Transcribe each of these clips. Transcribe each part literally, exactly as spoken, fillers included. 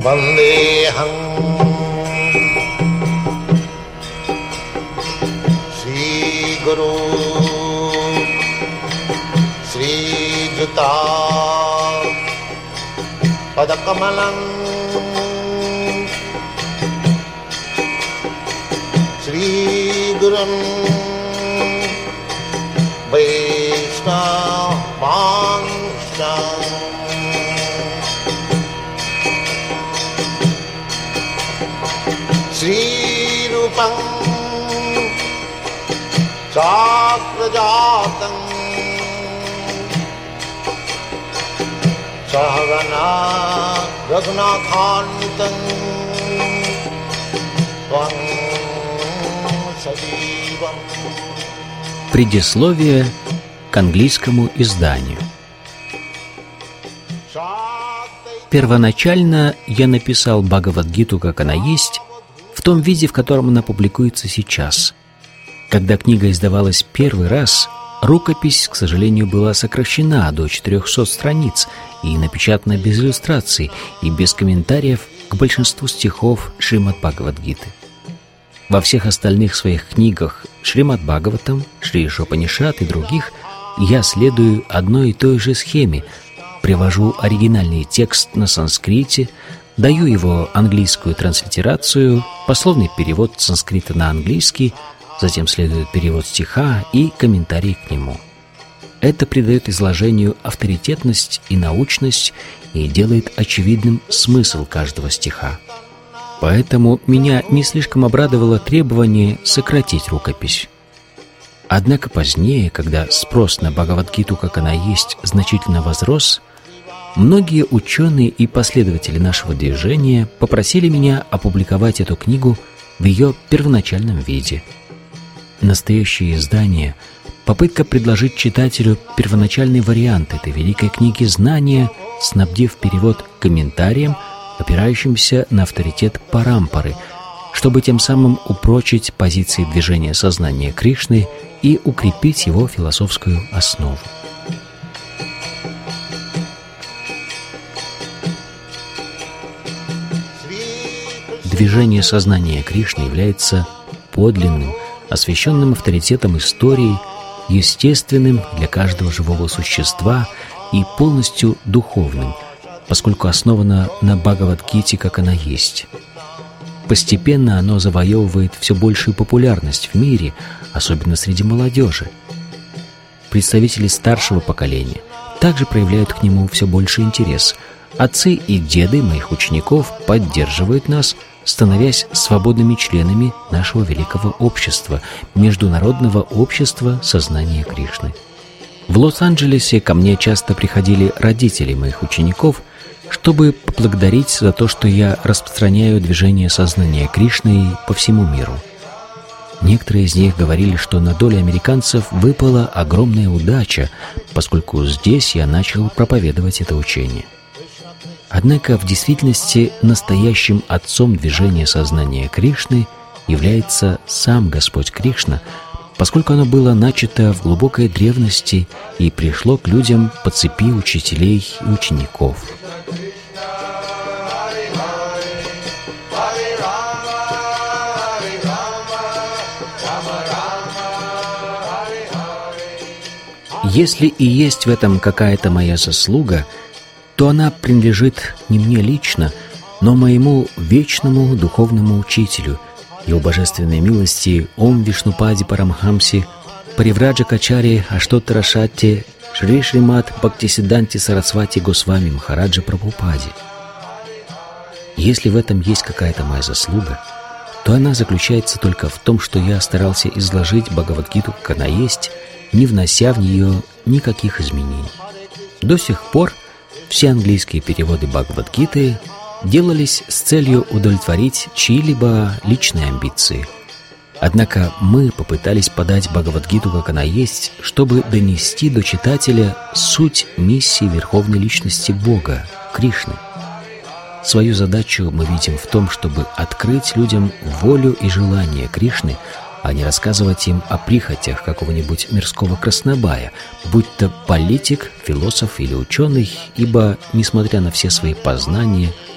Vandeham Shri Guru Shri Juta Padakamalam Shri Gurum Vaishnavansam Shri Rupam Chakrajatam Sahagana Raghunathanvitam Tvam Sajivam. Предисловие к английскому изданию. Первоначально я написал Бхагавад-гиту, как она есть, в том виде, в котором она публикуется сейчас. Когда книга издавалась первый раз, рукопись, к сожалению, была сокращена до четырехсот страниц и напечатана без иллюстраций и без комментариев к большинству стихов Шримад-Бхагавад-гиты. Во всех остальных своих книгах Шримад-Бхагаватам, Шри Ишупанишад и других я следую одной и той же схеме, привожу оригинальный текст на санскрите, даю его английскую транслитерацию, пословный перевод с санскрита на английский, затем следует перевод стиха и комментарий к нему. Это придает изложению авторитетность и научность и делает очевидным смысл каждого стиха. Поэтому меня не слишком обрадовало требование сократить рукопись. Однако позднее, когда спрос на Бхагавад-гиту, как она есть, значительно возрос, многие ученые и последователи нашего движения попросили меня опубликовать эту книгу в ее первоначальном виде. Настоящее издание — попытка предложить читателю первоначальный вариант этой великой книги знания, снабдив перевод комментарием, опирающимся на авторитет Парампары, чтобы тем самым упрочить позиции движения сознания Кришны и укрепить его философскую основу. Движение сознания Кришны является подлинным, освященным авторитетом истории, естественным для каждого живого существа и полностью духовным, поскольку основано на Бхагавад-гите, как она есть. Постепенно оно завоевывает все большую популярность в мире, особенно среди молодежи. Представители старшего поколения также проявляют к нему все больше интерес. Отцы и деды моих учеников поддерживают нас, становясь свободными членами нашего великого общества, Международного общества сознания Кришны. В Лос-Анджелесе ко мне часто приходили родители моих учеников, чтобы поблагодарить за то, что я распространяю движение сознания Кришны по всему миру. Некоторые из них говорили, что на долю американцев выпала огромная удача, поскольку здесь я начал проповедовать это учение. Однако в действительности настоящим отцом движения сознания Кришны является сам Господь Кришна, поскольку оно было начато в глубокой древности и пришло к людям по цепи учителей и учеников. Если и есть в этом какая-то моя заслуга, то она принадлежит не мне лично, но моему вечному духовному учителю, его божественной милости Ом Вишнупаде Парамхамсе, Паривраджакачаре Аштотарашатте Шри Шримад Бхактисидданти Сарасвати Госвами Махараджа Прабхупаде. Если в этом есть какая-то моя заслуга, то она заключается только в том, что я старался изложить Бхагавад-гиту, как она есть, не внося в нее никаких изменений. До сих пор все английские переводы Бхагавад-гиты делались с целью удовлетворить чьи-либо личные амбиции. Однако мы попытались подать Бхагавад-гиту, как она есть, чтобы донести до читателя суть миссии Верховной Личности Бога, Кришны. Свою задачу мы видим в том, чтобы открыть людям волю и желание Кришны, а не рассказывать им о прихотях какого-нибудь мирского краснобая, будь то политик, философ или ученый, ибо, несмотря на все свои познания,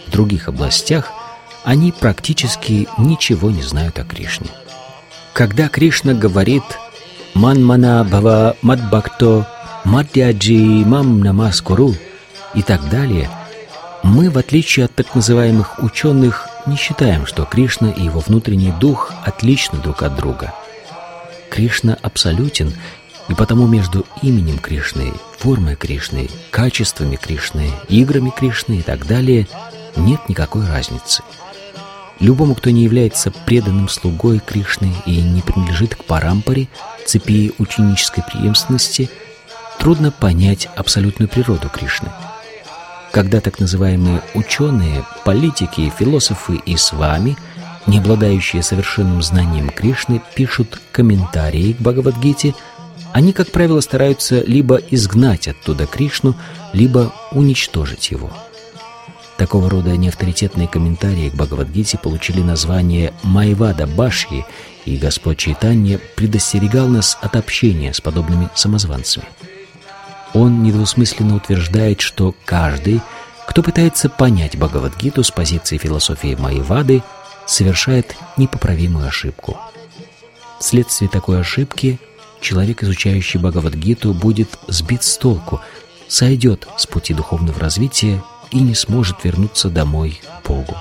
в других областях, они практически ничего не знают о Кришне. Когда Кришна говорит «Манмана бхава мадбхакто мадьяджи мам намаскуру» и так далее, мы, в отличие от так называемых ученых, не считаем, что Кришна и его внутренний дух отличны друг от друга. Кришна абсолютен, и потому между именем Кришны, формой Кришны, качествами Кришны, играми Кришны и так далее нет никакой разницы. Любому, кто не является преданным слугой Кришны и не принадлежит к парампаре, цепи ученической преемственности, трудно понять абсолютную природу Кришны. Когда так называемые ученые, политики, философы и свами, не обладающие совершенным знанием Кришны, пишут комментарии к Бхагавад-гите, они, как правило, стараются либо изгнать оттуда Кришну, либо уничтожить его. Такого рода неавторитетные комментарии к Бхагавад-гите получили название «Майвада Башьи», и Господь Чайтанья предостерегал нас от общения с подобными самозванцами. Он недвусмысленно утверждает, что каждый, кто пытается понять Бхагавад-гиту с позиции философии Майвады, совершает непоправимую ошибку. Вследствие такой ошибки человек, изучающий Бхагавад-гиту, будет сбит с толку, сойдет с пути духовного развития и не сможет вернуться домой к Богу.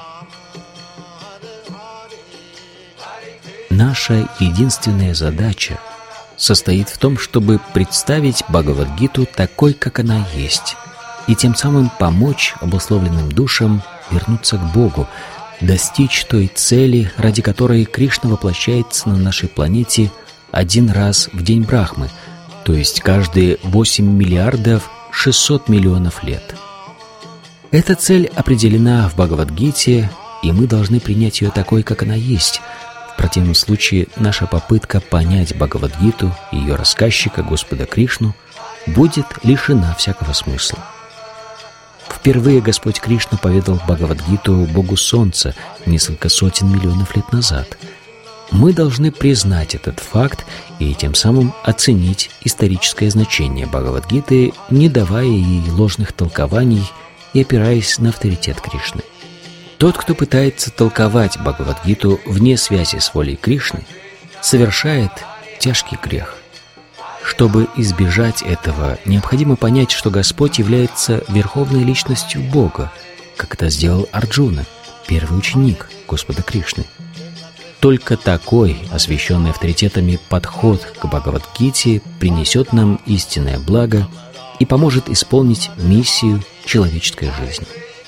Наша единственная задача состоит в том, чтобы представить Бхагавад-гиту такой, как она есть, и тем самым помочь обусловленным душам вернуться к Богу, достичь той цели, ради которой Кришна воплощается на нашей планете один раз в день Брахмы, то есть каждые восемь миллиардов шестьсот миллионов лет. Эта цель определена в Бхагавад-гите, и мы должны принять ее такой, как она есть. В противном случае наша попытка понять Бхагавад-гиту и ее рассказчика, Господа Кришну, будет лишена всякого смысла. Впервые Господь Кришна поведал Бхагавад-гиту Богу Солнца несколько сотен миллионов лет назад. Мы должны признать этот факт и тем самым оценить историческое значение Бхагавад-гиты, не давая ей ложных толкований и опираясь на авторитет Кришны. Тот, кто пытается толковать Бхагавад-гиту вне связи с волей Кришны, совершает тяжкий грех. Чтобы избежать этого, необходимо понять, что Господь является верховной личностью Бога, как это сделал Арджуна, первый ученик Господа Кришны. Только такой, освященный авторитетами подход к Бхагавад-гите, принесет нам истинное благо и поможет исполнить миссию человеческой жизни.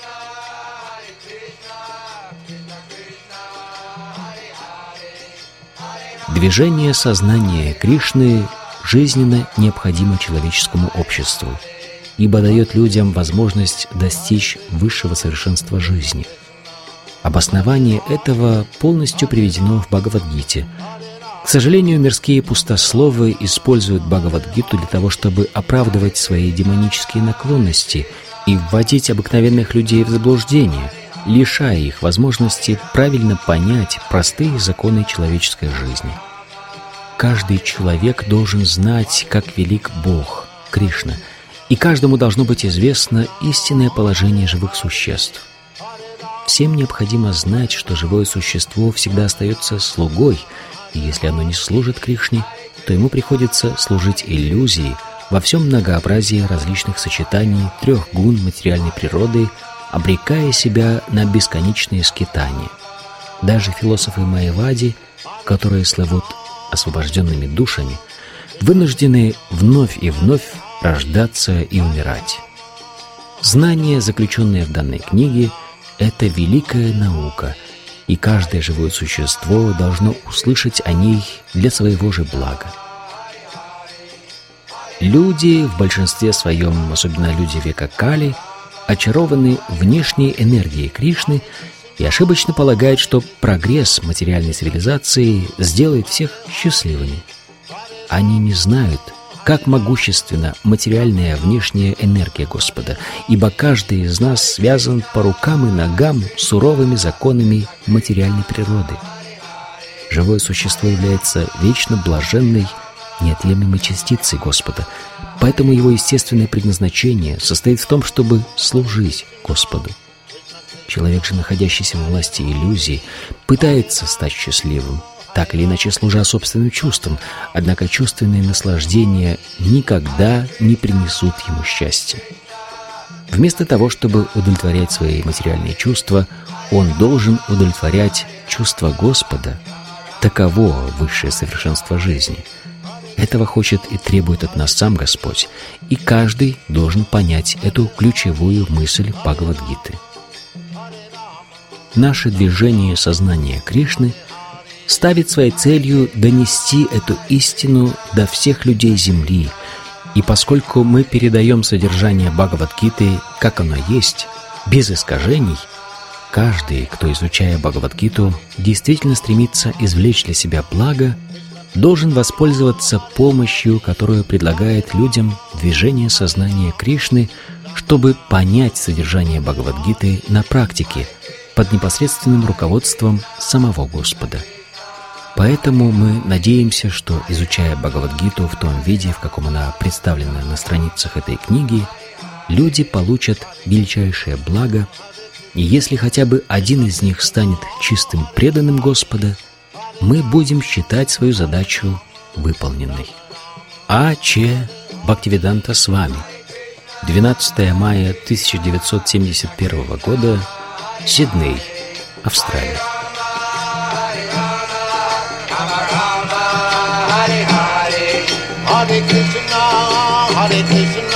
Движение сознания Кришны жизненно необходимо человеческому обществу, ибо дает людям возможность достичь высшего совершенства жизни. Обоснование этого полностью приведено в Бхагавад-гите. К сожалению, мирские пустословы используют Бхагавад-гиту для того, чтобы оправдывать свои демонические наклонности и вводить обыкновенных людей в заблуждение, лишая их возможности правильно понять простые законы человеческой жизни. Каждый человек должен знать, как велик Бог, Кришна, и каждому должно быть известно истинное положение живых существ. Всем необходимо знать, что живое существо всегда остается слугой, и если оно не служит Кришне, то ему приходится служить иллюзии во всем многообразии различных сочетаний трех гун материальной природы, обрекая себя на бесконечные скитания. Даже философы Майявади, которые славут освобожденными душами, вынуждены вновь и вновь рождаться и умирать. Знание, заключенное в данной книге, это великая наука, и каждое живое существо должно услышать о ней для своего же блага. Люди, в большинстве своем, особенно люди века Кали, очарованы внешней энергией Кришны и ошибочно полагают, что прогресс материальной цивилизации сделает всех счастливыми. Они не знают, как могущественна материальная внешняя энергия Господа, ибо каждый из нас связан по рукам и ногам суровыми законами материальной природы. Живое существо является вечно блаженной, неотъемлемой частицей Господа, поэтому его естественное предназначение состоит в том, чтобы служить Господу. Человек же, находящийся в власти иллюзий, пытается стать счастливым, так или иначе служа собственным чувствам, однако чувственные наслаждения никогда не принесут ему счастья. Вместо того, чтобы удовлетворять свои материальные чувства, он должен удовлетворять чувства Господа. Таково высшее совершенство жизни. Этого хочет и требует от нас сам Господь, и каждый должен понять эту ключевую мысль Бхагавад-гиты. Наше движение сознания Кришны ставит своей целью донести эту истину до всех людей Земли, и поскольку мы передаем содержание Бхагавад-гиты, как оно есть, без искажений, каждый, кто, изучая Бхагавад-гиту, действительно стремится извлечь для себя благо, должен воспользоваться помощью, которую предлагает людям движение сознания Кришны, чтобы понять содержание Бхагавад-гиты на практике под непосредственным руководством самого Господа. Поэтому мы надеемся, что, изучая Бхагавад-гиту в том виде, в каком она представлена на страницах этой книги, люди получат величайшее благо, и если хотя бы один из них станет чистым преданным Господа, мы будем считать свою задачу выполненной. А. Ч. Бхактивиданта Свами. двенадцатое мая тысяча девятьсот семьдесят первого года. Сидней, Австралия. Hare Krishna, Hare Krishna.